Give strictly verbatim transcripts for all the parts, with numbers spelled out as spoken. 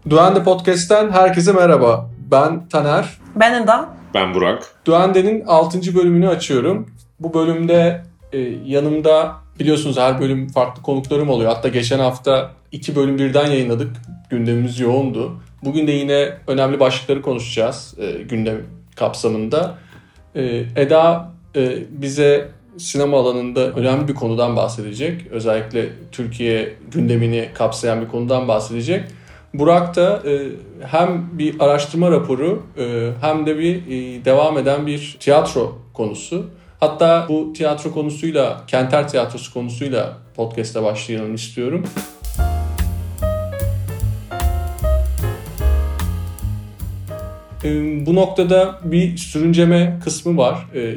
Duende Podcast'ten herkese merhaba. Ben Taner. Ben Eda. Ben Burak. Duende'nin altıncı bölümünü açıyorum. Bu bölümde e, yanımda biliyorsunuz her bölüm farklı konuklarım oluyor. Hatta geçen hafta iki bölüm birden yayınladık. Gündemimiz yoğundu. Bugün de yine önemli başlıkları konuşacağız e, gündem kapsamında. E, Eda e, bize sinema alanında önemli bir konudan bahsedecek. Özellikle Türkiye gündemini kapsayan bir konudan bahsedecek. Burak da e, hem bir araştırma raporu e, hem de bir e, devam eden bir tiyatro konusu. Hatta bu tiyatro konusuyla, Kenter Tiyatrosu konusuyla podcast'a başlayalım istiyorum. E, bu noktada bir sürünceme kısmı var. E,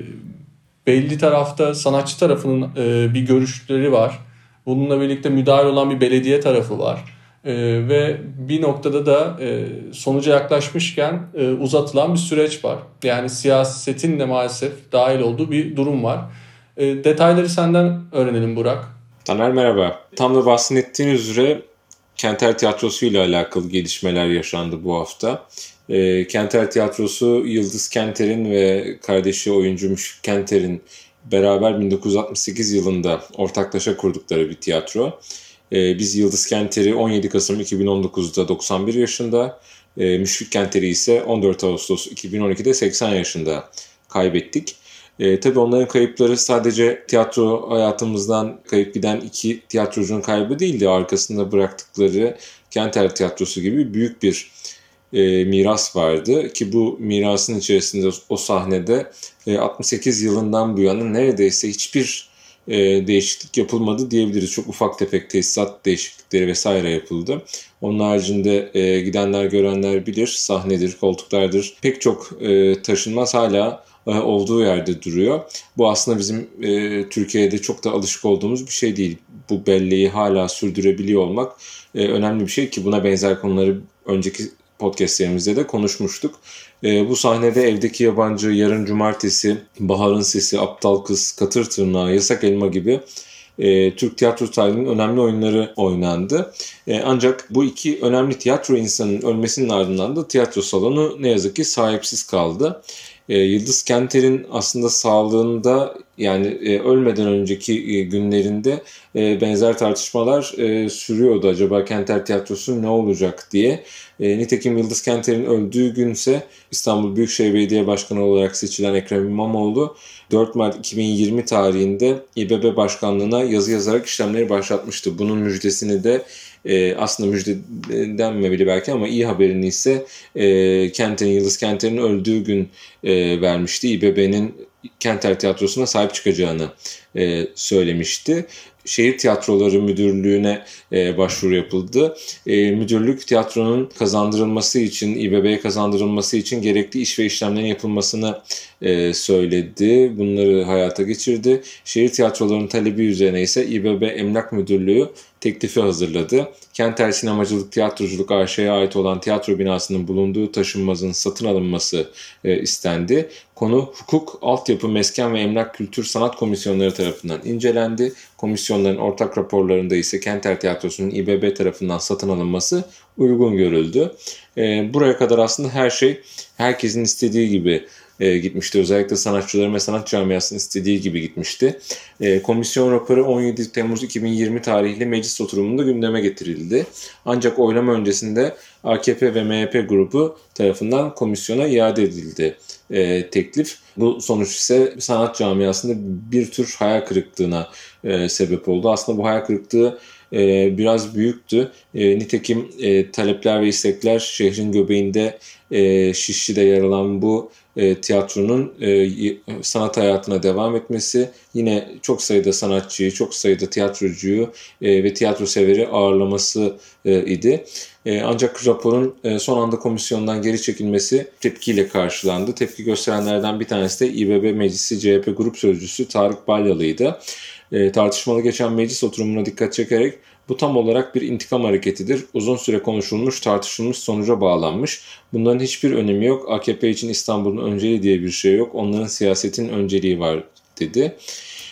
belli tarafta sanatçı tarafının e, bir görüşleri var. Bununla birlikte müdahil olan bir belediye tarafı var. Ee, ve bir noktada da e, sonuca yaklaşmışken e, uzatılan bir süreç var. Yani siyasetin de maalesef dahil olduğu bir durum var. E, detayları senden öğrenelim Burak. Taner merhaba. Tam da bahsettiğiniz üzere Kenter Tiyatrosu ile alakalı gelişmeler yaşandı bu hafta. E, Kenter Tiyatrosu Yıldız Kenter'in ve kardeşi oyuncu Müşfik Kenter'in beraber bin dokuz yüz altmış sekiz yılında ortaklaşa kurdukları bir tiyatro. Ee, biz Yıldız Kenter'i on yedi Kasım iki bin on dokuzda doksan bir yaşında, e, Müşfik Kenter'i ise on dört Ağustos iki bin on ikide seksen yaşında kaybettik. E, tabii onların kayıpları sadece tiyatro hayatımızdan kayıp giden iki tiyatrocunun kaybı değildi. Arkasında bıraktıkları Kenter Tiyatrosu gibi büyük bir e, miras vardı ki bu mirasın içerisinde o sahnede e, altmış sekiz yılından bu yana neredeyse hiçbir E, değişiklik yapılmadı diyebiliriz. Çok ufak tefek tesisat değişiklikleri vesaire yapıldı. Onun haricinde e, gidenler görenler bilir, sahnedir, koltuklardır. Pek çok e, taşınmaz hala e, olduğu yerde duruyor. Bu aslında bizim e, Türkiye'de çok da alışık olduğumuz bir şey değil. Bu belleği hala sürdürebiliyor olmak e, önemli bir şey ki buna benzer konuları önceki podcastlerimizde de konuşmuştuk. E, bu sahnede Evdeki Yabancı, Yarın Cumartesi, Bahar'ın Sesi, Aptal Kız, Katır Tırnağı, Yasak Elma gibi e, Türk tiyatro tarihinin önemli oyunları oynandı. E, ancak bu iki önemli tiyatro insanının ölmesinin ardından da tiyatro salonu ne yazık ki sahipsiz kaldı. E, Yıldız Kenter'in aslında sağlığında yani e, ölmeden önceki e, günlerinde e, benzer tartışmalar e, sürüyordu. Acaba Kenter Tiyatrosu ne olacak diye. E, nitekim Yıldız Kenter'in öldüğü günse İstanbul Büyükşehir Belediye Başkanı olarak seçilen Ekrem İmamoğlu dört Mart iki bin yirmi tarihinde İBB Başkanlığı'na yazı yazarak işlemleri başlatmıştı. Bunun müjdesini de e, aslında müjde denmemeli belki ama iyi haberini ise e, Kenter'in, Yıldız Kenter'in öldüğü gün e, vermişti. İBB'nin Kenter Tiyatrosu'na sahip çıkacağını e, söylemişti. Şehir Tiyatroları Müdürlüğü'ne e, başvuru yapıldı. E, müdürlük tiyatronun kazandırılması için, İBB'ye kazandırılması için gerekli iş ve işlemlerin yapılmasını e, söyledi. Bunları hayata geçirdi. Şehir tiyatrolarının talebi üzerine ise İBB Emlak Müdürlüğü teklifi hazırladı. Kenter Sinemacılık Tiyatroculuk A Ş'ye ait olan tiyatro binasının bulunduğu taşınmazın satın alınması e, istendi. Konu hukuk, altyapı, mesken ve emlak kültür sanat komisyonları tarafından incelendi. Komisyonların ortak raporlarında ise Kenter Tiyatrosu'nun İBB tarafından satın alınması uygun görüldü. E, buraya kadar aslında her şey herkesin istediği gibi e, gitmişti. Özellikle sanatçıların ve sanat camiasının istediği gibi gitmişti. E, komisyon raporu on yedi Temmuz iki bin yirmi tarihli meclis oturumunda gündeme getirildi. Ancak oylama öncesinde A K P ve M H P grubu tarafından komisyona iade edildi e, teklif. Bu sonuç ise sanat camiasında bir tür hayal kırıklığına e, sebep oldu. Aslında bu hayal kırıklığı e, biraz büyüktü. E, nitekim e, talepler ve istekler şehrin göbeğinde e, Şişli'de yer alan bu e, tiyatronun e, sanat hayatına devam etmesi, yine çok sayıda sanatçıyı, çok sayıda tiyatrocuyu e, ve tiyatro severi ağırlaması e, idi. E, ancak raporun e, son anda komisyondan geri çekilmesi tepkiyle karşılandı. Tepki gösterenlerden bir tanesi de İBB Meclisi C H P Grup Sözcüsü Tarık Balyalı'ydı. E, tartışmalı geçen meclis oturumuna dikkat çekerek bu tam olarak bir intikam hareketidir. Uzun süre konuşulmuş, tartışılmış, sonuca bağlanmış. Bunların hiçbir önemi yok. A K P için İstanbul'un önceliği diye bir şey yok. Onların siyasetin önceliği var dedi.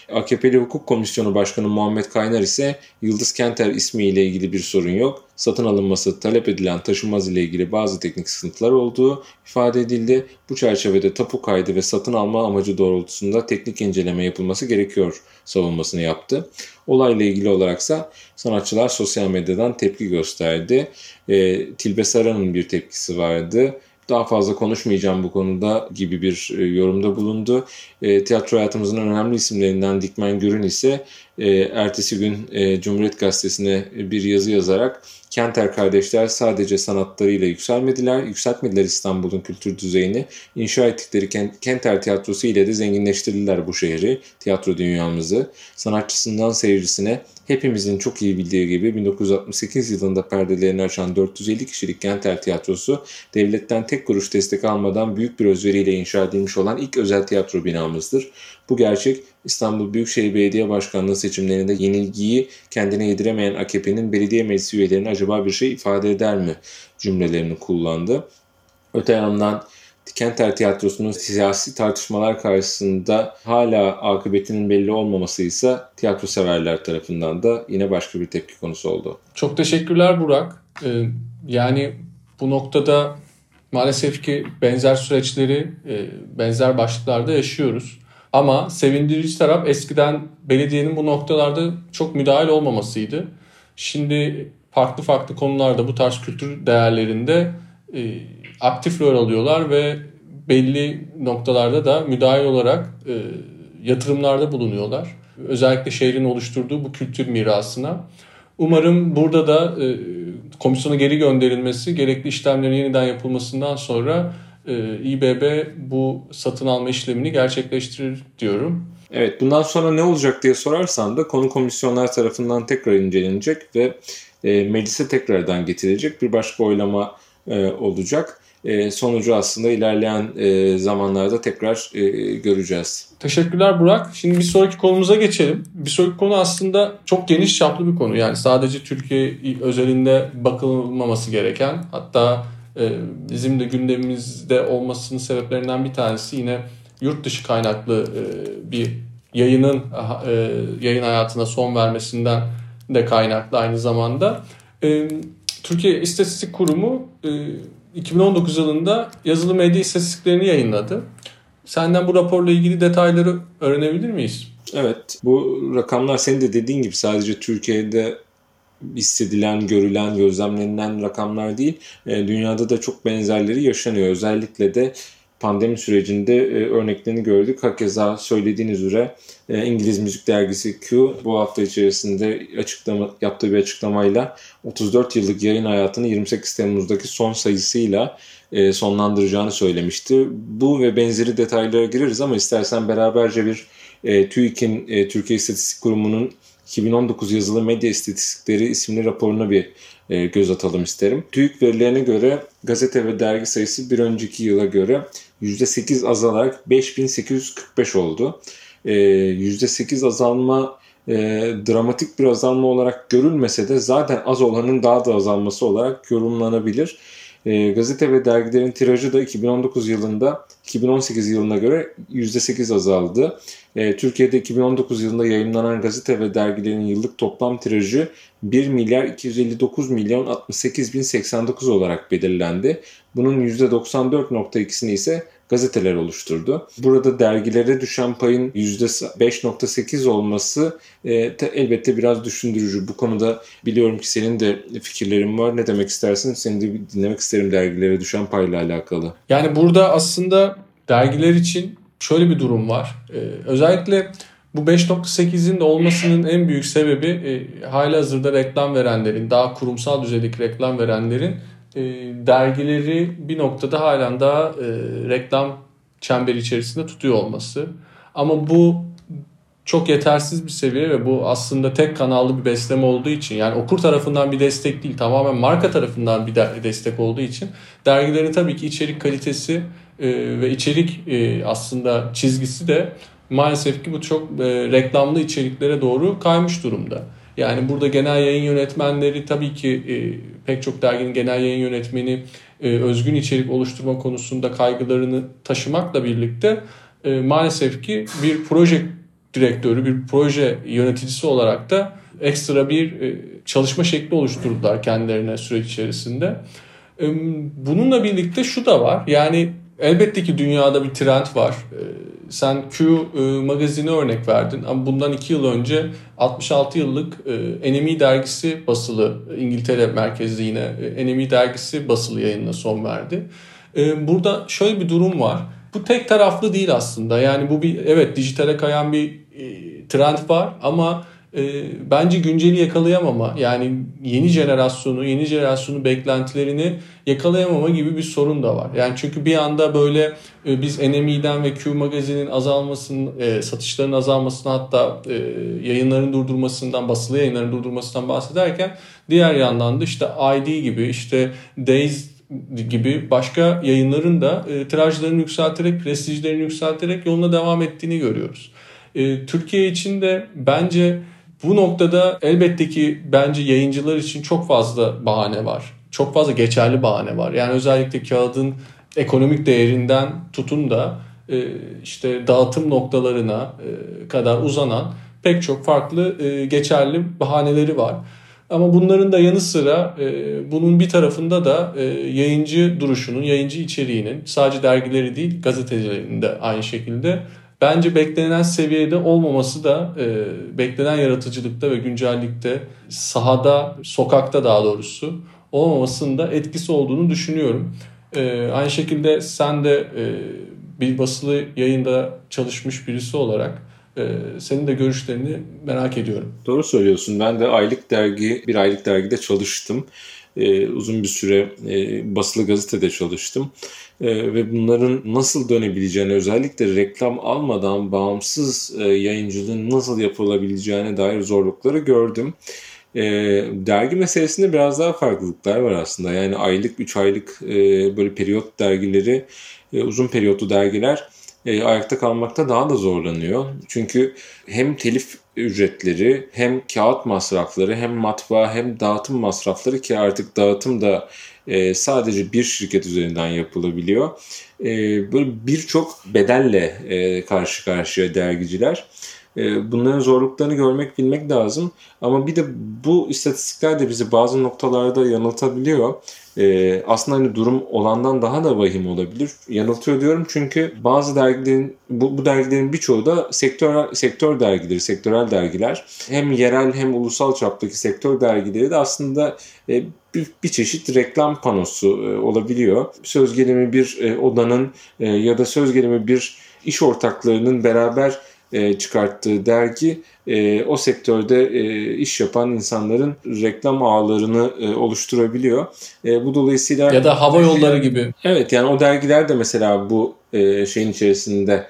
A K P'li Hukuk Komisyonu Başkanı Muhammed Kaynar ise Yıldız Kenter ismiyle ilgili bir sorun yok, satın alınması talep edilen taşınmaz ile ilgili bazı teknik sıkıntılar olduğu ifade edildi. Bu çerçevede tapu kaydı ve satın alma amacı doğrultusunda teknik inceleme yapılması gerekiyor savunmasını yaptı. Olayla ilgili olaraksa sanatçılar sosyal medyadan tepki gösterdi. E, Tilbe Saran'ın bir tepkisi vardı. Daha fazla konuşmayacağım bu konuda gibi bir e, yorumda bulundu. E, tiyatro hayatımızın önemli isimlerinden Dikmen Gürün ise e, ertesi gün e, Cumhuriyet Gazetesi'ne bir yazı yazarak Kenter kardeşler sadece sanatlarıyla yükselmediler, yükseltmediler İstanbul'un kültür düzeyini. İnşa ettikleri Kenter tiyatrosu ile de zenginleştirdiler bu şehri, tiyatro dünyamızı. Sanatçısından seyircisine hepimizin çok iyi bildiği gibi bin dokuz yüz altmış sekiz yılında perdelerini açan dört yüz elli kişilik Kenter Tiyatrosu, devletten tek kuruş destek almadan büyük bir özveriyle inşa edilmiş olan ilk özel tiyatro binamızdır. Bu gerçek İstanbul Büyükşehir Belediye Başkanlığı seçimlerinde yenilgiyi kendine yediremeyen A K P'nin belediye meclisi üyelerine acaba bir şey ifade eder mi cümlelerini kullandı. Öte yandan Kenter Tiyatrosu'nun siyasi tartışmalar karşısında hala akıbetinin belli olmaması ise tiyatro severler tarafından da yine başka bir tepki konusu oldu. Çok teşekkürler Burak. Ee, yani bu noktada maalesef ki benzer süreçleri e, benzer başlıklarda yaşıyoruz. Ama sevindirici taraf eskiden belediyenin bu noktalarda çok müdahil olmamasıydı. Şimdi farklı farklı konularda bu tarz kültür değerlerinde e, aktif rol alıyorlar ve belli noktalarda da müdahil olarak e, yatırımlarda bulunuyorlar. Özellikle şehrin oluşturduğu bu kültür mirasına. Umarım burada da e, komisyona geri gönderilmesi, gerekli işlemlerin yeniden yapılmasından sonra e, İBB bu satın alma işlemini gerçekleştirir diyorum. Evet, bundan sonra ne olacak diye sorarsan da konu komisyonlar tarafından tekrar incelenecek ve e, meclise tekrardan getirilecek bir başka oylama e, olacak. E, sonucu aslında ilerleyen e, zamanlarda tekrar e, göreceğiz. Teşekkürler Burak. Şimdi bir sonraki konumuza geçelim. Bir sonraki konu aslında çok geniş çaplı bir konu. Yani sadece Türkiye özelinde bakılmaması gereken, hatta e, bizim de gündemimizde olmasının sebeplerinden bir tanesi yine yurt dışı kaynaklı e, bir yayının e, yayın hayatına son vermesinden de kaynaklı aynı zamanda. E, Türkiye İstatistik Kurumu e, iki bin on dokuz yılında yazılı medya istatistiklerini yayınladı. Senden bu raporla ilgili detayları öğrenebilir miyiz? Evet, bu rakamlar senin de dediğin gibi sadece Türkiye'de hissedilen, görülen, gözlemlenilen rakamlar değil. Dünyada da çok benzerleri yaşanıyor. Özellikle de pandemi sürecinde örneklerini gördük. Hakeza söylediğiniz üzere İngiliz müzik dergisi Q bu hafta içerisinde açıklama, yaptığı bir açıklamayla otuz dört yıllık yayın hayatını yirmi sekiz Temmuz'daki son sayısıyla sonlandıracağını söylemişti. Bu ve benzeri detaylara gireriz ama istersen beraberce bir TÜİK'in, Türkiye İstatistik Kurumu'nun iki bin on dokuz yazılı medya istatistikleri isimli raporuna bir göz atalım isterim. TÜİK verilerine göre gazete ve dergi sayısı bir önceki yıla göre yüzde sekiz azalarak beş bin sekiz yüz kırk beş oldu. yüzde sekiz azalma e, dramatik bir azalma olarak görülmese de zaten az olanın daha da azalması olarak yorumlanabilir. E, gazete ve dergilerin tirajı da iki bin on dokuz yılında iki bin on sekiz yılına göre yüzde sekiz azaldı. E, Türkiye'de iki bin on dokuz yılında yayımlanan gazete ve dergilerin yıllık toplam tirajı bir milyar iki yüz elli dokuz milyon altmış sekiz bin seksen dokuz olarak belirlendi. Bunun yüzde doksan dört virgül ikisini ise gazeteler oluşturdu. Burada dergilere düşen payın yüzde beş virgül sekiz olması e, te, elbette biraz düşündürücü. Bu konuda biliyorum ki senin de fikirlerin var. Ne demek istersin? Seni de dinlemek isterim dergilere düşen payla alakalı. Yani burada aslında dergiler için şöyle bir durum var. Ee, özellikle bu beş virgül sekizin de olmasının en büyük sebebi e, halihazırda reklam verenlerin, daha kurumsal düzeydeki reklam verenlerin e, dergileri bir noktada halen daha e, reklam çemberi içerisinde tutuyor olması. Ama bu çok yetersiz bir seviye ve bu aslında tek kanallı bir besleme olduğu için, yani okur tarafından bir destek değil, tamamen marka tarafından bir destek olduğu için dergilerin tabii ki içerik kalitesi e, ve içerik e, aslında çizgisi de maalesef ki bu çok e, reklamlı içeriklere doğru kaymış durumda. Yani burada genel yayın yönetmenleri tabii ki e, pek çok derginin genel yayın yönetmeni e, özgün içerik oluşturma konusunda kaygılarını taşımakla birlikte e, maalesef ki bir proje direktörü, bir proje yöneticisi olarak da ekstra bir çalışma şekli oluşturdular kendilerine süreç içerisinde. Bununla birlikte şu da var. Yani elbette ki dünyada bir trend var. Sen Q magazini örnek verdin ama bundan iki yıl önce altmış altı yıllık N M E dergisi basılı, İngiltere merkezli yine N M E dergisi basılı yayınına son verdi. Burada şöyle bir durum var. Bu tek taraflı değil aslında. Yani bu bir evet dijitale kayan bir trend var ama e, bence günceli yakalayamama, yani yeni jenerasyonu, yeni jenerasyonun beklentilerini yakalayamama gibi bir sorun da var. Yani çünkü bir anda böyle e, biz N M E'den ve Q Magazine'in azalmasının, e, satışların azalmasına, hatta e, yayınların durdurmasından, basılı yayınların durdurmasından bahsederken diğer yandan da işte I D gibi, işte Days gibi başka yayınların da e, tirajlarını yükselterek, prestijlerini yükselterek yoluna devam ettiğini görüyoruz. E, Türkiye için de bence bu noktada elbette ki bence yayıncılar için çok fazla bahane var. Çok fazla geçerli bahane var. Yani özellikle kağıdın ekonomik değerinden tutun da e, işte dağıtım noktalarına e, kadar uzanan pek çok farklı e, geçerli bahaneleri var. Ama bunların da yanı sıra e, bunun bir tarafında da e, yayıncı duruşunun, yayıncı içeriğinin, sadece dergileri değil gazetecilerin de aynı şekilde bence beklenen seviyede olmaması da e, beklenen yaratıcılıkta ve güncellikte, sahada, sokakta daha doğrusu olmamasının da etkisi olduğunu düşünüyorum. E, aynı şekilde sen de e, bir basılı yayında çalışmış birisi olarak e, senin de görüşlerini merak ediyorum. Doğru söylüyorsun. Ben de aylık dergi, bir aylık dergide çalıştım. Ee, uzun bir süre e, basılı gazetede çalıştım. E, ve bunların nasıl dönebileceğini, özellikle reklam almadan bağımsız e, yayıncılığın nasıl yapılabileceğine dair zorlukları gördüm. E, dergi meselesinde biraz daha farklılıklar var aslında. Yani aylık, üç aylık e, böyle periyot dergileri, e, uzun periyotlu dergiler e, ayakta kalmakta daha da zorlanıyor. Çünkü hem telif ücretleri, hem kağıt masrafları, hem matbaa, hem dağıtım masrafları, ki artık dağıtım da e, sadece bir şirket üzerinden yapılabiliyor. E, böyle birçok bedelle e, karşı karşıya dergiciler. E, bunların zorluklarını görmek, bilmek lazım. Ama bir de bu istatistikler de bizi bazı noktalarda yanıltabiliyor. Ee, aslında hani durum olandan daha da vahim olabilir. Yanıltıyor diyorum çünkü bazı dergilerin, bu, bu dergilerin birçoğu da sektör sektör dergileri, sektörel dergiler. Hem yerel hem ulusal çaptaki sektör dergileri de aslında e, bir, bir çeşit reklam panosu e, olabiliyor. Söz gelimi bir e, odanın e, ya da söz gelimi bir iş ortaklarının beraber e, çıkarttığı dergi e, o sektörde e, iş yapan insanların reklam ağlarını e, oluşturabiliyor. E, bu dolayısıyla ya da hava yolları gibi. Evet, yani o dergiler de mesela bu e, şeyin içerisinde,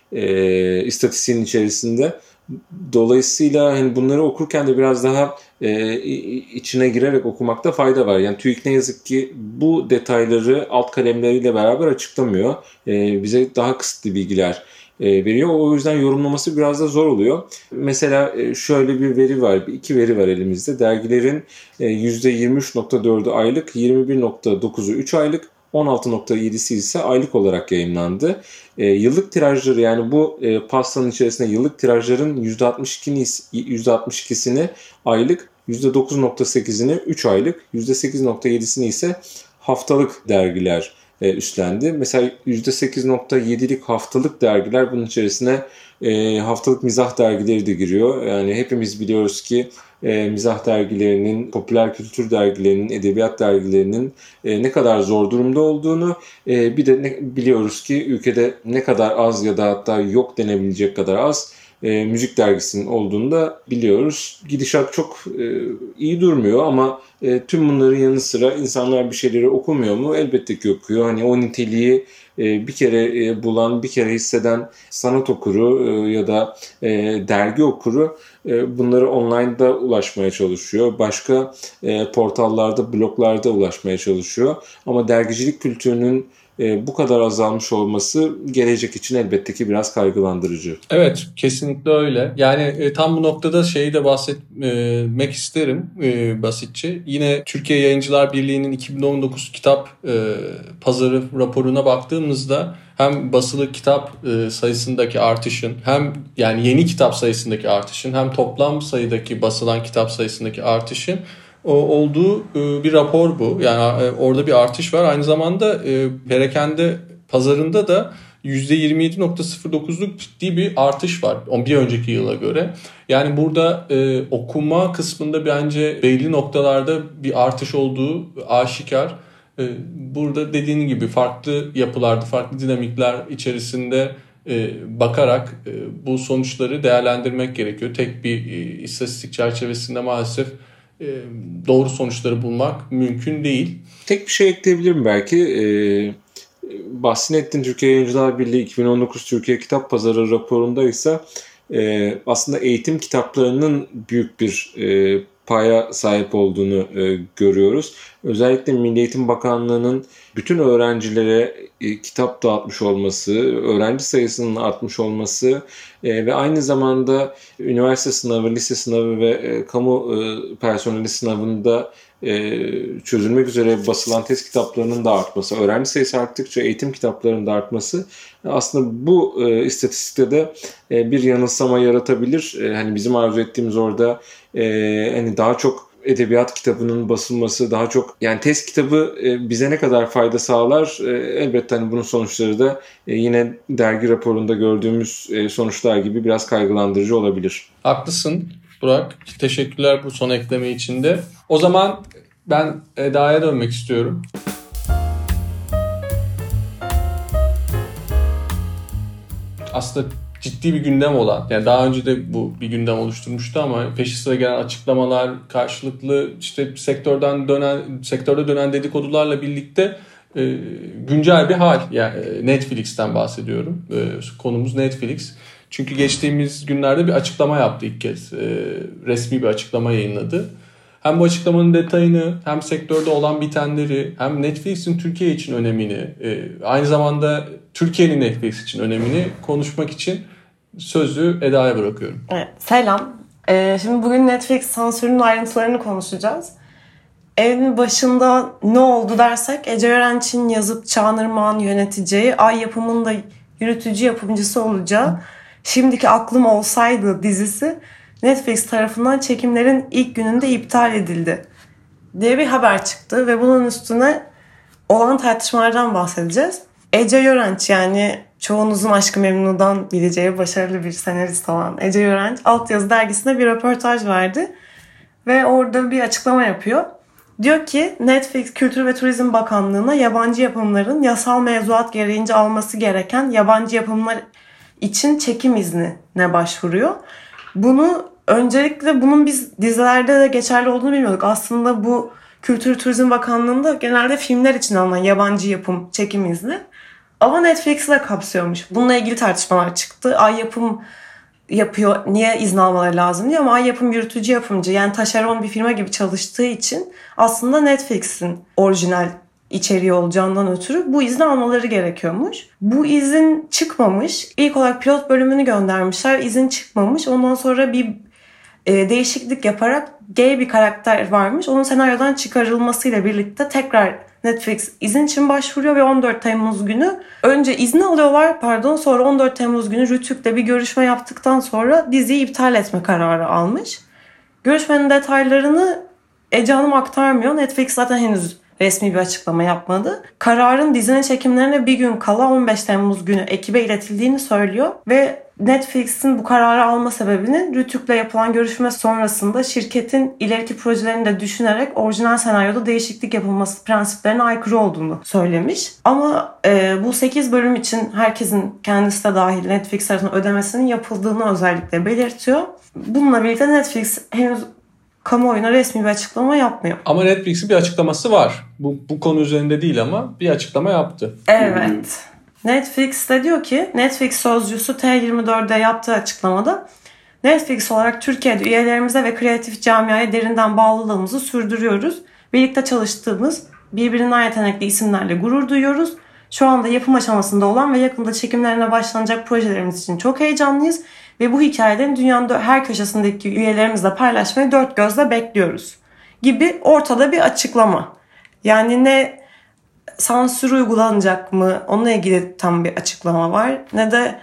e, istatistiğin içerisinde. Dolayısıyla hani bunları okurken de biraz daha e, içine girerek okumakta fayda var. Yani TÜİK ne yazık ki bu detayları alt kalemleriyle beraber açıklamıyor. E, bize daha kısıtlı bilgiler veriyor. O yüzden yorumlaması biraz da zor oluyor. Mesela şöyle bir veri var, iki veri var elimizde. Dergilerin yüzde yirmi üç virgül dördü aylık, yirmi bir virgül dokuzu üç aylık, on altı virgül yedisi ise aylık olarak yayınlandı. Yıllık tirajları, yani bu pastanın içerisinde yıllık tirajların yüzde altmış ikisini aylık, yüzde dokuz virgül sekizini üç aylık, yüzde sekiz virgül yedisini ise haftalık dergiler üstlendi. Mesela yüzde sekiz virgül yedilik haftalık dergiler, bunun içerisine e, haftalık mizah dergileri de giriyor. Yani hepimiz biliyoruz ki e, mizah dergilerinin, popüler kültür dergilerinin, edebiyat dergilerinin e, ne kadar zor durumda olduğunu, e, bir de ne, biliyoruz ki ülkede ne kadar az ya da hatta yok denebilecek kadar az e, müzik dergisinin olduğunu da biliyoruz. Gidişat çok e, iyi durmuyor ama e, tüm bunların yanı sıra insanlar bir şeyleri okumuyor mu? Elbette ki okuyor. Hani o niteliği e, bir kere e, bulan, bir kere hisseden sanat okuru e, ya da e, dergi okuru e, bunları online'da ulaşmaya çalışıyor. Başka e, portallarda, bloglarda ulaşmaya çalışıyor. Ama dergicilik kültürünün e, bu kadar azalmış olması gelecek için elbette ki biraz kaygılandırıcı. Evet, kesinlikle öyle. Yani e, tam bu noktada şeyi de bahsetmek isterim e, basitçe. Yine Türkiye Yayıncılar Birliği'nin iki bin on dokuz kitap e, pazarı raporuna baktığımızda hem basılı kitap e, sayısındaki artışın, hem yani yeni kitap sayısındaki artışın, hem toplam sayıdaki basılan kitap sayısındaki artışın o, olduğu e, bir rapor bu. Yani e, orada bir artış var. Aynı zamanda e, perakende pazarında da yüzde yirmi yedi virgül sıfır dokuzluk ciddi bir artış var bir önceki yıla göre. Yani burada e, okuma kısmında bence belli noktalarda bir artış olduğu aşikar. E, burada dediğin gibi farklı yapılarda, farklı dinamikler içerisinde e, bakarak e, bu sonuçları değerlendirmek gerekiyor. Tek bir e, istatistik çerçevesinde maalesef e, doğru sonuçları bulmak mümkün değil. Tek bir şey ekleyebilirim belki. Ee, Bahsettiğin Türkiye Yayıncılar Birliği iki bin on dokuz Türkiye Kitap Pazarı raporunda ise e, aslında eğitim kitaplarının büyük bir e, paya sahip olduğunu e, görüyoruz. Özellikle Milli Eğitim Bakanlığı'nın bütün öğrencilere e, kitap dağıtmış olması, öğrenci sayısının artmış olması e, ve aynı zamanda üniversite sınavı, lise sınavı ve e, kamu e, personeli sınavında e, çözülmek üzere basılan test kitaplarının da artması, öğrenci sayısı arttıkça eğitim kitaplarının da artması aslında bu e, istatistikte de e, bir yanılsama yaratabilir. E, hani bizim arzu ettiğimiz orada e, hani daha çok edebiyat kitabının basılması, daha çok yani test kitabı e, bize ne kadar fayda sağlar? E, elbette hani bunun sonuçları da e, yine dergi raporunda gördüğümüz e, sonuçlar gibi biraz kaygılandırıcı olabilir. Haklısın Burak. Teşekkürler bu son ekleme için de. O zaman ben Eda'ya dönmek istiyorum. Aslında ciddi bir gündem olan, yani daha önce de bu bir gündem oluşturmuştu ama peşi sıra gelen açıklamalar, karşılıklı işte sektörden dönen sektörde dönen dedikodularla birlikte e, güncel bir hal. Yani Netflix'ten bahsediyorum. E, konumuz Netflix. Çünkü geçtiğimiz günlerde bir açıklama yaptı ilk kez. E, resmi bir açıklama yayınladı. Hem bu açıklamanın detayını, hem sektörde olan bitenleri, hem Netflix'in Türkiye için önemini, e, aynı zamanda Türkiye'nin Netflix için önemini konuşmak için sözü Eda'ya bırakıyorum. Evet, selam. Ee, şimdi bugün Netflix sansürünün ayrıntılarını konuşacağız. Evin başında ne oldu dersek, Ece Yörenç'in yazıp Çağınırmak'ın yöneteceği, Ay Yapım'ın da yürütücü yapımcısı olacağı Şimdiki Aklım Olsaydı dizisi Netflix tarafından çekimlerin ilk gününde iptal edildi diye bir haber çıktı ve bunun üstüne olan tartışmalardan bahsedeceğiz. Ece Yörenç, yani çoğunuzun Aşk-ı Memnu'dan bileceği başarılı bir senarist olan Ece Yörenç, Altyazı dergisine bir röportaj verdi ve orada bir açıklama yapıyor. Diyor ki Netflix Kültür ve Turizm Bakanlığı'na yabancı yapımların yasal mevzuat gereğince alması gereken yabancı yapımlar için çekim iznine başvuruyor. Bunu öncelikle bunun biz dizilerde de geçerli olduğunu bilmiyorduk. Aslında bu Kültür Turizm Bakanlığı'nda genelde filmler için alınan yabancı yapım çekim izni. Ama Netflix'i de kapsıyormuş. Bununla ilgili tartışmalar çıktı. Ay Yapım yapıyor, niye izin almaları lazım diye, ama Ay Yapım yürütücü yapımcı, yani taşeron bir firma gibi çalıştığı için aslında Netflix'in orijinal içeriği olacağından ötürü bu izni almaları gerekiyormuş. Bu izin çıkmamış. İlk olarak pilot bölümünü göndermişler. İzin çıkmamış. Ondan sonra bir e, değişiklik yaparak gay bir karakter varmış. Onun senaryodan çıkarılmasıyla birlikte tekrar Netflix izin için başvuruyor ve on dört Temmuz günü önce izni alıyorlar pardon sonra on dört Temmuz günü Rütük'le bir görüşme yaptıktan sonra diziyi iptal etme kararı almış. Görüşmenin detaylarını Ece Hanım aktarmıyor. Netflix zaten henüz resmi bir açıklama yapmadı. Kararın dizinin çekimlerine bir gün kala on beş Temmuz günü ekibe iletildiğini söylüyor ve Netflix'in bu kararı alma sebebinin Rütük'le yapılan görüşme sonrasında şirketin ileriki projelerini de düşünerek orijinal senaryoda değişiklik yapılması prensiplerine aykırı olduğunu söylemiş. Ama e, bu sekiz bölüm için herkesin, kendisi de dahil, Netflix tarafından ödemesinin yapıldığını özellikle belirtiyor. Bununla birlikte Netflix henüz kamuoyuna resmi bir açıklama yapmıyor. Ama Netflix'in bir açıklaması var. Bu, bu konu üzerinde değil ama bir açıklama yaptı. Evet. Netflix de diyor ki, Netflix sözcüsü T yirmi dört'e yaptığı açıklamada, Netflix olarak Türkiye'de üyelerimize ve kreatif camiaya derinden bağlılığımızı sürdürüyoruz. Birlikte çalıştığımız birbirinden yetenekli isimlerle gurur duyuyoruz. Şu anda yapım aşamasında olan ve yakında çekimlerine başlanacak projelerimiz için çok heyecanlıyız. Ve bu hikayelerin dünyanın her köşesindeki üyelerimizle paylaşmayı dört gözle bekliyoruz gibi ortada bir açıklama. Yani ne sansür uygulanacak mı, onunla ilgili tam bir açıklama var. Ne de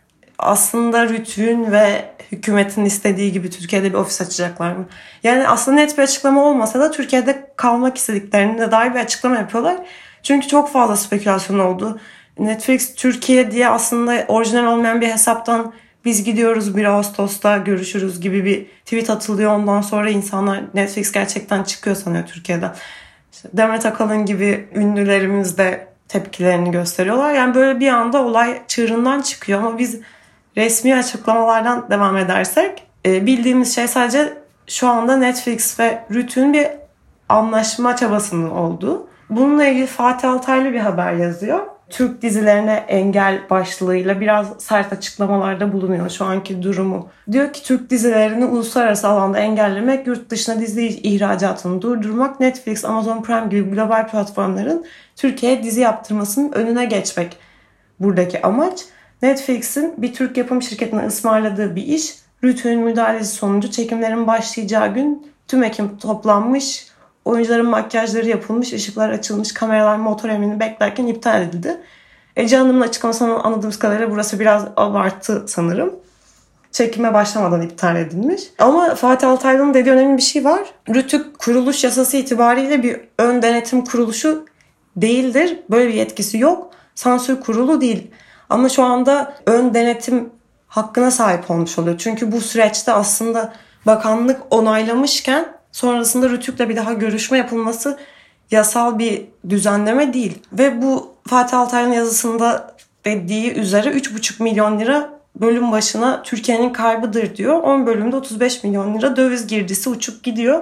aslında Rütük'ün ve hükümetin istediği gibi Türkiye'de bir ofis açacaklar mı? Yani aslında net bir açıklama olmasa da Türkiye'de kalmak istediklerine dair bir açıklama yapıyorlar. Çünkü çok fazla spekülasyon oldu. Netflix Türkiye diye aslında orijinal olmayan bir hesaptan biz gidiyoruz bir Ağustos'ta görüşürüz gibi bir tweet atılıyor. Ondan sonra insanlar Netflix gerçekten çıkıyor sanıyor Türkiye'den. İşte Demet Akalın gibi ünlülerimiz de tepkilerini gösteriyorlar. Yani böyle bir anda olay çığırından çıkıyor ama biz resmi açıklamalardan devam edersek bildiğimiz şey sadece şu anda Netflix ve Rütük'ün bir anlaşma çabasının olduğu. Bununla ilgili Fatih Altaylı bir haber yazıyor. Türk dizilerine engel başlığıyla biraz sert açıklamalarda bulunuyor şu anki durumu. Diyor ki Türk dizilerini uluslararası alanda engellemek, yurt dışına dizi ihracatını durdurmak, Netflix, Amazon Prime gibi global platformların Türkiye'ye dizi yaptırmasının önüne geçmek buradaki amaç. Netflix'in bir Türk yapım şirketine ısmarladığı bir iş, Rütük'ün müdahalesi sonucu çekimlerin başlayacağı gün tüm ekip toplanmış, oyuncuların makyajları yapılmış, ışıklar açılmış, kameralar motor emrini beklerken iptal edildi. Ece Hanım'ın açıklamasından anladığımız kadarıyla burası biraz abartı sanırım. Çekime başlamadan iptal edilmiş. Ama Fatih Altaylı'nın dediği önemli bir şey var. Rütük kuruluş yasası itibariyle bir ön denetim kuruluşu değildir. Böyle bir yetkisi yok. Sansür kurulu değil. Ama şu anda ön denetim hakkına sahip olmuş oluyor. Çünkü bu süreçte aslında bakanlık onaylamışken sonrasında Rütük'le bir daha görüşme yapılması yasal bir düzenleme değil. Ve bu Fatih Altaylı'nın yazısında dediği üzere üç buçuk milyon lira bölüm başına Türkiye'nin kaybıdır diyor. on bölümde otuz beş milyon lira döviz girdisi uçup gidiyor.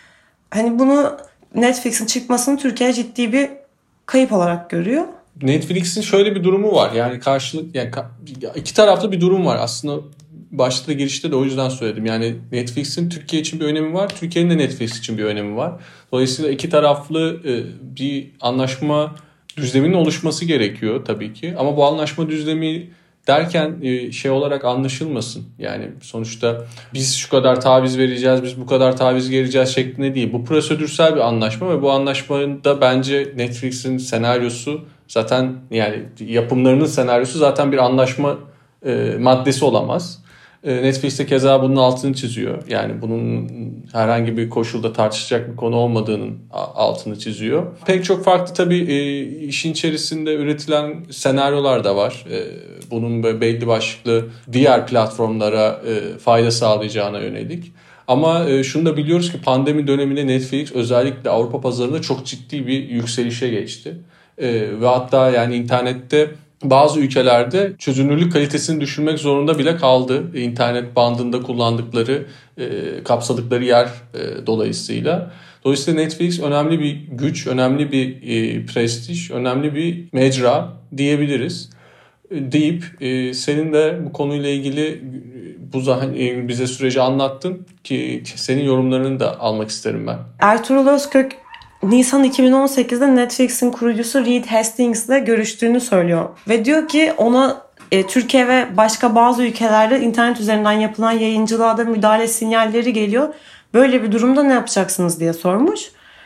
Hani bunu Netflix'in çıkmasını Türkiye ciddi bir kayıp olarak görüyor. Netflix'in şöyle bir durumu var. Yani karşılık yani iki taraflı bir durum var. Aslında başta da girişte de o yüzden söyledim. Yani Netflix'in Türkiye için bir önemi var. Türkiye'nin de Netflix için bir önemi var. Dolayısıyla iki taraflı bir anlaşma düzleminin oluşması gerekiyor tabii ki. Ama bu anlaşma düzlemi derken şey olarak anlaşılmasın. Yani sonuçta biz şu kadar taviz vereceğiz, biz bu kadar taviz vereceğiz şeklinde değil. Bu prosedürsel bir anlaşma ve bu anlaşmada bence Netflix'in senaryosu zaten yani yapımlarının senaryosu zaten bir anlaşma e, maddesi olamaz. E, Netflix'te keza bunun altını çiziyor. Yani bunun herhangi bir koşulda tartışacak bir konu olmadığının altını çiziyor. Pek çok farklı tabii e, işin içerisinde üretilen senaryolar da var. E, bunun belli başlıklı diğer platformlara e, fayda sağlayacağına yönelik. Ama e, şunu da biliyoruz ki pandemi döneminde Netflix özellikle Avrupa pazarında çok ciddi bir yükselişe geçti. E, ve hatta yani internette bazı ülkelerde çözünürlük kalitesini düşürmek zorunda bile kaldı. İnternet bandında kullandıkları, e, kapsadıkları yer e, dolayısıyla. Dolayısıyla Netflix önemli bir güç, önemli bir e, prestij, önemli bir mecra diyebiliriz. E, deyip e, senin de bu konuyla ilgili bu e, bize süreci anlattın ki senin yorumlarını da almak isterim ben. Ertuğrul Özkök Nisan iki bin on sekizde Netflix'in kurucusu Reed Hastings'le görüştüğünü söylüyor. Ve diyor ki ona e, Türkiye ve başka bazı ülkelerde internet üzerinden yapılan yayıncılığa da müdahale sinyalleri geliyor. Böyle bir durumda ne yapacaksınız diye sormuş.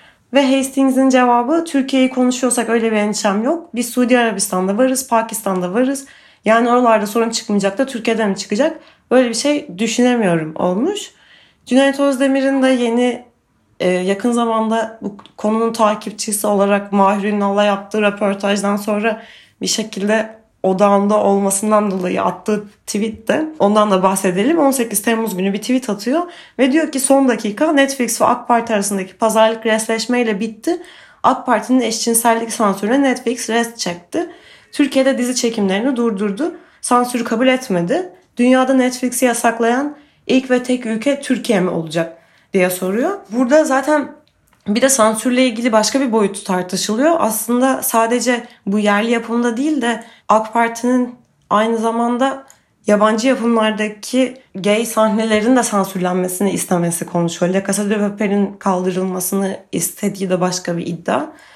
Ve Hastings'in cevabı Türkiye'yi konuşuyorsak öyle bir endişem yok. Biz Suudi Arabistan'da varız, Pakistan'da varız. Yani oralarda sorun çıkmayacak da Türkiye'den mi çıkacak? Böyle bir şey düşünemiyorum olmuş. Cüneyt Özdemir'in de yeni Ee, yakın zamanda bu konunun takipçisi olarak Mahir Ünal'la yaptığı röportajdan sonra bir şekilde odağında olmasından dolayı attığı tweette ondan da bahsedelim. on sekiz Temmuz günü bir tweet atıyor ve diyor ki son dakika Netflix ve AK Parti arasındaki pazarlık resleşmeyle bitti. AK Parti'nin eşcinsellik sansürüne Netflix rest çekti. Türkiye'de dizi çekimlerini durdurdu. Sansürü kabul etmedi. Dünyada Netflix'i yasaklayan ilk ve tek ülke Türkiye mi olacak diye soruyor. Burada zaten bir de sansürle ilgili başka bir boyutu tartışılıyor. Aslında sadece bu yerli yapımda değil de AK Parti'nin aynı zamanda yabancı yapımlardaki gay sahnelerin de sansürlenmesini istemesi konuşuyor. La Casa de Papel'in kaldırılmasını istediği de başka bir iddia.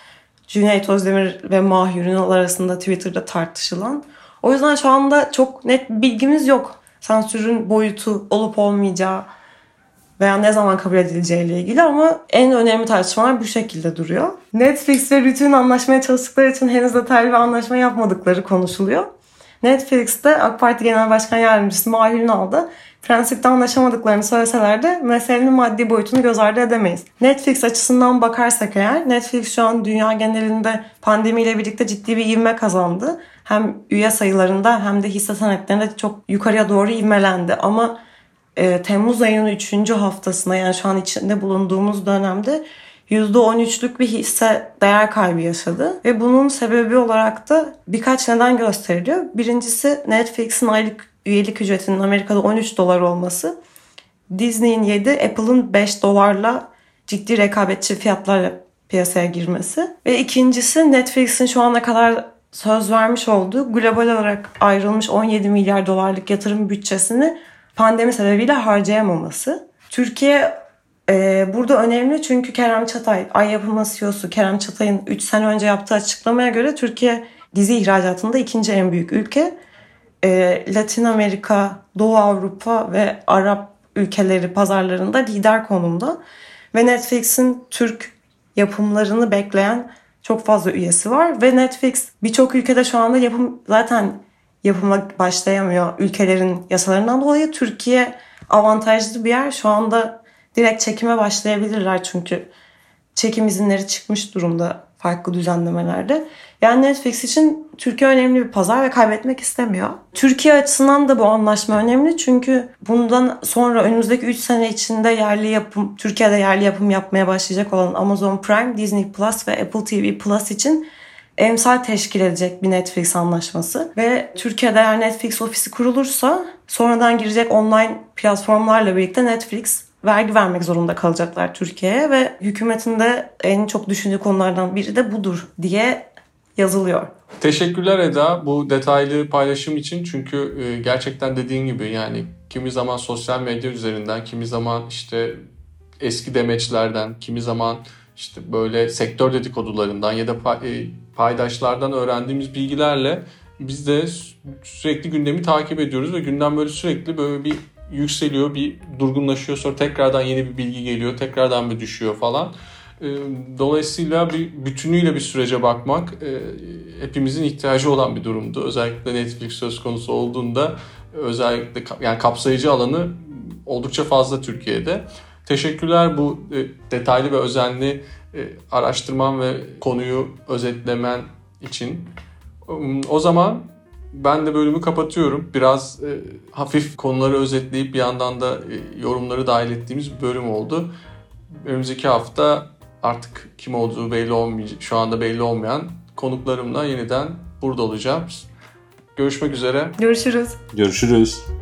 Cüneyt Özdemir ve Mahir Ünal arasında Twitter'da tartışılan. O yüzden şu anda çok net bilgimiz yok. Sansürün boyutu olup olmayacağı veya ne zaman kabul edileceğiyle ilgili, ama en önemli tartışmalar bu şekilde duruyor. Netflix ve Rütü'nün anlaşmaya çalıştıkları için henüz detaylı bir anlaşma yapmadıkları konuşuluyor. Netflix'te AK Parti Genel Başkan Yardımcısı Mahir Ünal da prensipte anlaşamadıklarını söyleseler de meselenin maddi boyutunu göz ardı edemeyiz. Netflix açısından bakarsak eğer, Netflix şu an dünya genelinde pandemiyle birlikte ciddi bir ivme kazandı. Hem üye sayılarında hem de hisse senetlerinde çok yukarıya doğru ivmelendi. Ama e, Temmuz ayının üçüncü haftasına, yani şu an içinde bulunduğumuz dönemde yüzde on üçlük bir hisse değer kaybı yaşadı. Ve bunun sebebi olarak da birkaç neden gösteriliyor. Birincisi, Netflix'in aylık üyelik ücretinin Amerika'da on üç dolar olması. Disney'in yedi, Apple'ın beş dolarla ciddi rekabetçi fiyatlarla piyasaya girmesi. Ve ikincisi, Netflix'in şu ana kadar söz vermiş olduğu global olarak ayrılmış on yedi milyar dolarlık yatırım bütçesini pandemi sebebiyle harcayamaması. Türkiye e, burada önemli çünkü Kerem Çatay, Ay Yapımı C E O'su Kerem Çatay'ın üç sene önce yaptığı açıklamaya göre Türkiye dizi ihracatında ikinci en büyük ülke. E, Latin Amerika, Doğu Avrupa ve Arap ülkeleri pazarlarında lider konumda. Ve Netflix'in Türk yapımlarını bekleyen çok fazla üyesi var. Ve Netflix birçok ülkede şu anda yapım zaten yapıma başlayamıyor ülkelerin yasalarından dolayı. Türkiye avantajlı bir yer. Şu anda direkt çekime başlayabilirler çünkü çekim izinleri çıkmış durumda farklı düzenlemelerde. Yani Netflix için Türkiye önemli bir pazar ve kaybetmek istemiyor. Türkiye açısından da bu anlaşma önemli çünkü bundan sonra önümüzdeki üç sene içinde yerli yapım, Türkiye'de yerli yapım yapmaya başlayacak olan Amazon Prime, Disney Plus ve Apple T V Plus için emsal teşkil edecek bir Netflix anlaşması. Ve Türkiye'de eğer Netflix ofisi kurulursa sonradan girecek online platformlarla birlikte Netflix vergi vermek zorunda kalacaklar Türkiye'ye ve hükümetin de en çok düşündüğü konulardan biri de budur diye yazılıyor. Teşekkürler Eda bu detaylı paylaşım için, çünkü gerçekten dediğin gibi yani kimi zaman sosyal medya üzerinden, kimi zaman işte eski demeçlerden, kimi zaman işte böyle sektör dedikodularından ya da paydaşlardan öğrendiğimiz bilgilerle biz de sürekli gündemi takip ediyoruz ve gündem böyle sürekli böyle bir yükseliyor, bir durgunlaşıyor, sonra tekrardan yeni bir bilgi geliyor, tekrardan bir düşüyor falan. Dolayısıyla bir bütünüyle bir sürece bakmak hepimizin ihtiyacı olan bir durumdu. Özellikle Netflix söz konusu olduğunda, özellikle yani kapsayıcı alanı oldukça fazla Türkiye'de. Teşekkürler bu detaylı ve özenli araştırman ve konuyu özetlemen için. O zaman ben de bölümü kapatıyorum. Biraz e, hafif konuları özetleyip bir yandan da e, yorumları dahil ettiğimiz bir bölüm oldu. Önümüzdeki hafta artık kim olduğu belli olmayacak, şu anda belli olmayan konuklarımla yeniden burada olacağım. Görüşmek üzere. Görüşürüz. Görüşürüz.